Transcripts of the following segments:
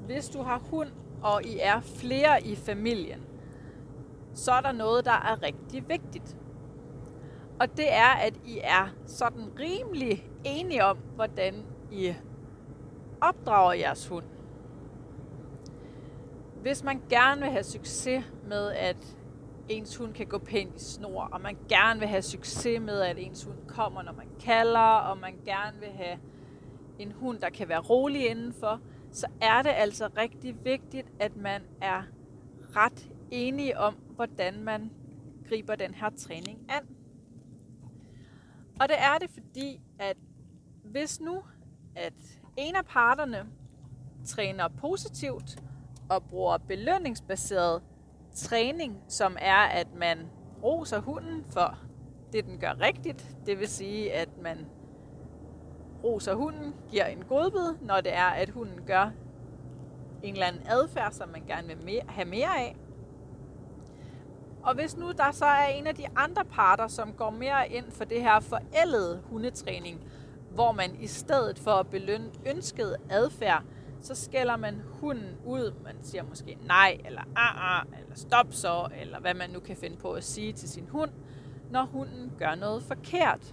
hvis du har hund, og I er flere i familien, så er der noget, der er rigtig vigtigt. Og det er, at I er sådan rimelig enige om, hvordan I opdrager jeres hund. Hvis man gerne vil have succes med, at ens hund kan gå pænt i snor, og man gerne vil have succes med, at ens hund kommer, når man kalder, og man gerne vil have en hund, der kan være rolig indenfor, så er det altså rigtig vigtigt, at man er ret enige om, hvordan man griber den her træning an. Og det er det, fordi at hvis nu, at en af parterne træner positivt og bruger belønningsbaseret træning, som er, at man roser hunden for det, den gør rigtigt. Det vil sige, at man roser hunden, giver en godbid, når det er, at hunden gør en eller anden adfærd, som man gerne vil have mere af. Og hvis nu der så er en af de andre parter, som går mere ind for det her forældede hundetræning, hvor man i stedet for at belønne ønsket adfærd, så skælder man hunden ud. Man siger måske nej, eller eller stop så, eller hvad man nu kan finde på at sige til sin hund, når hunden gør noget forkert.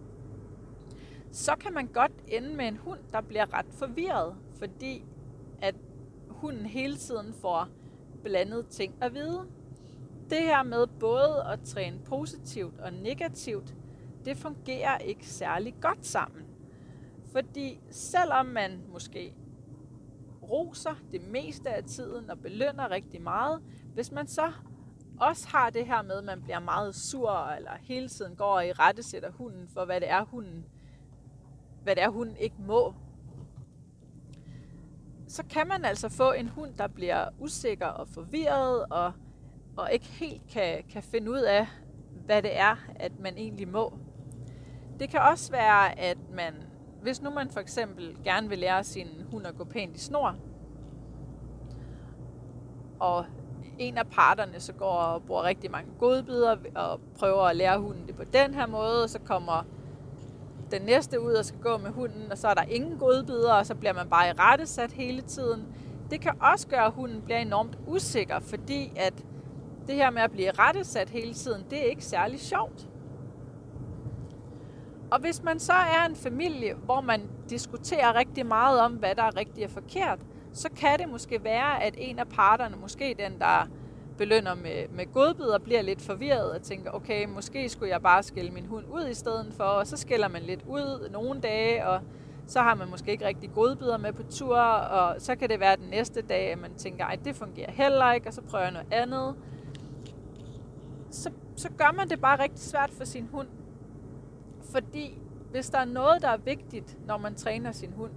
Så kan man godt ende med en hund, der bliver ret forvirret, fordi at hunden hele tiden får blandet ting at vide. Det her med både at træne positivt og negativt, det fungerer ikke særlig godt sammen. Fordi selvom man måske roser det meste af tiden og belønner rigtig meget, hvis man så også har det her med, at man bliver meget sur, eller hele tiden går og irettesætter hunden for, hvad det er, hunden ikke må, så kan man altså få en hund, der bliver usikker og forvirret, og ikke helt kan finde ud af, hvad det er, at man egentlig må. Det kan også være, at hvis nu man for eksempel gerne vil lære sin hund at gå pænt i snor, og en af parterne så går og bruger rigtig mange godbidder og prøver at lære hunden det på den her måde, og så kommer den næste ud og skal gå med hunden, og så er der ingen godbidder, og så bliver man bare irettesat hele tiden. Det kan også gøre, at hunden bliver enormt usikker, fordi at det her med at blive irettesat hele tiden, det er ikke særlig sjovt. Og hvis man så er en familie, hvor man diskuterer rigtig meget om, hvad der er rigtigt og forkert, så kan det måske være, at en af parterne, måske den, der belønner med godbidder, bliver lidt forvirret og tænker, okay, måske skulle jeg bare skælde min hund ud i stedet for, og så skælder man lidt ud nogle dage, og så har man måske ikke rigtig godbidder med på tur, og så kan det være den næste dag, at man tænker, ej, det fungerer heller ikke, og så prøver jeg noget andet. Så gør man det bare rigtig svært for sin hund. Fordi hvis der er noget, der er vigtigt, når man træner sin hund,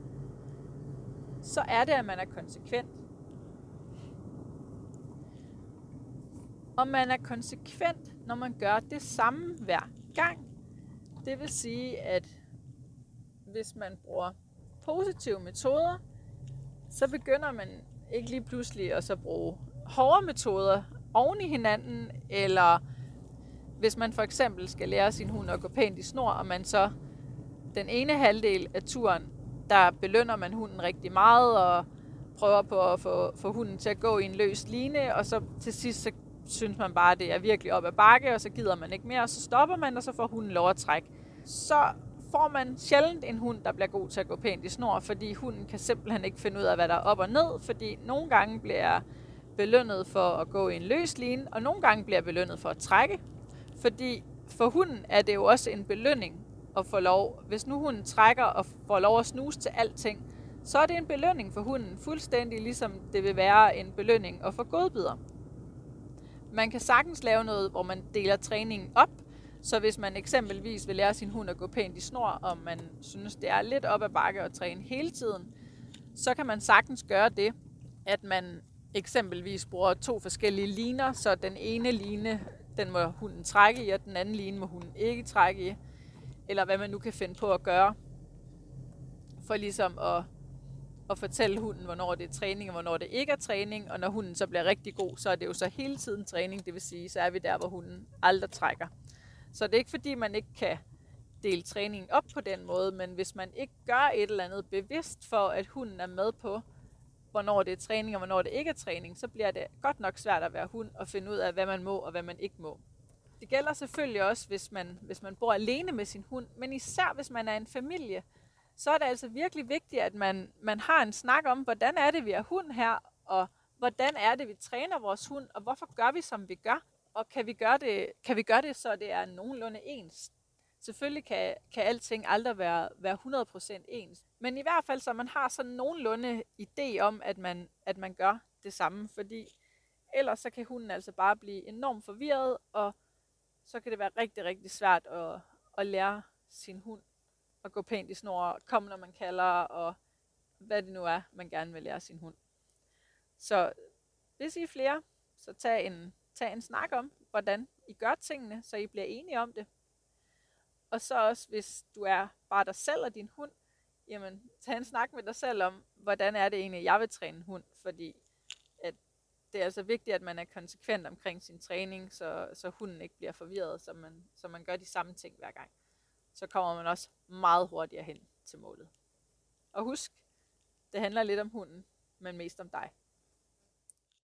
så er det, at man er konsekvent. Og man er konsekvent, når man gør det samme hver gang. Det vil sige, at hvis man bruger positive metoder, så begynder man ikke lige pludselig at så bruge hårde metoder oven i hinanden, eller hvis man for eksempel skal lære sin hund at gå pænt i snor, og man så den ene halvdel af turen, der belønner man hunden rigtig meget, og prøver på at få hunden til at gå i en løs line, og så til sidst så synes man bare, at det er virkelig op ad bakke, og så gider man ikke mere, og så stopper man, og så får hunden lov at trække. Så får man sjældent en hund, der bliver god til at gå pænt i snor, fordi hunden kan simpelthen ikke finde ud af, hvad der er op og ned, fordi nogle gange bliver belønnet for at gå i en løs line, og nogle gange bliver belønnet for at trække. Fordi for hunden er det jo også en belønning at få lov. Hvis nu hunden trækker og får lov at snuse til alting, så er det en belønning for hunden, fuldstændig ligesom det vil være en belønning at få godbidder. Man kan sagtens lave noget, hvor man deler træningen op, så hvis man eksempelvis vil lære sin hund at gå pænt i snor, og man synes, det er lidt op ad bakke at træne hele tiden, så kan man sagtens gøre det, at man eksempelvis bruger 2 forskellige liner, så den ene line, den må hunden trække i, og den anden line må hunden ikke trække i. Eller hvad man nu kan finde på at gøre, for ligesom at fortælle hunden, hvornår det er træning, og hvornår det ikke er træning. Og når hunden så bliver rigtig god, så er det jo så hele tiden træning, det vil sige, så er vi der, hvor hunden aldrig trækker. Så det er ikke fordi, man ikke kan dele træningen op på den måde, men hvis man ikke gør et eller andet bevidst for, at hunden er med på hvornår det er træning og hvornår det ikke er træning, så bliver det godt nok svært at være hund og finde ud af, hvad man må og hvad man ikke må. Det gælder selvfølgelig også, hvis man bor alene med sin hund, men især hvis man er en familie, så er det altså virkelig vigtigt, at man har en snak om, hvordan er det, vi er hund her, og hvordan er det, vi træner vores hund, og hvorfor gør vi, som vi gør, og kan vi gøre det, så det er nogenlunde ens. Selvfølgelig kan alting aldrig være 100% ens, men i hvert fald så man har sådan nogenlunde idé om, at man gør det samme, fordi ellers så kan hunden altså bare blive enormt forvirret, og så kan det være rigtig, rigtig svært at lære sin hund at gå pænt i snor, komme når man kalder, og hvad det nu er, man gerne vil lære sin hund. Så hvis I er flere, så tag en snak om, hvordan I gør tingene, så I bliver enige om det. Og så også, hvis du er bare dig selv og din hund, jamen tag en snak med dig selv om, hvordan er det egentlig, jeg vil træne en hund, fordi at det er altså vigtigt, at man er konsekvent omkring sin træning, så hunden ikke bliver forvirret, så man gør de samme ting hver gang. Så kommer man også meget hurtigere hen til målet. Og husk, det handler lidt om hunden, men mest om dig.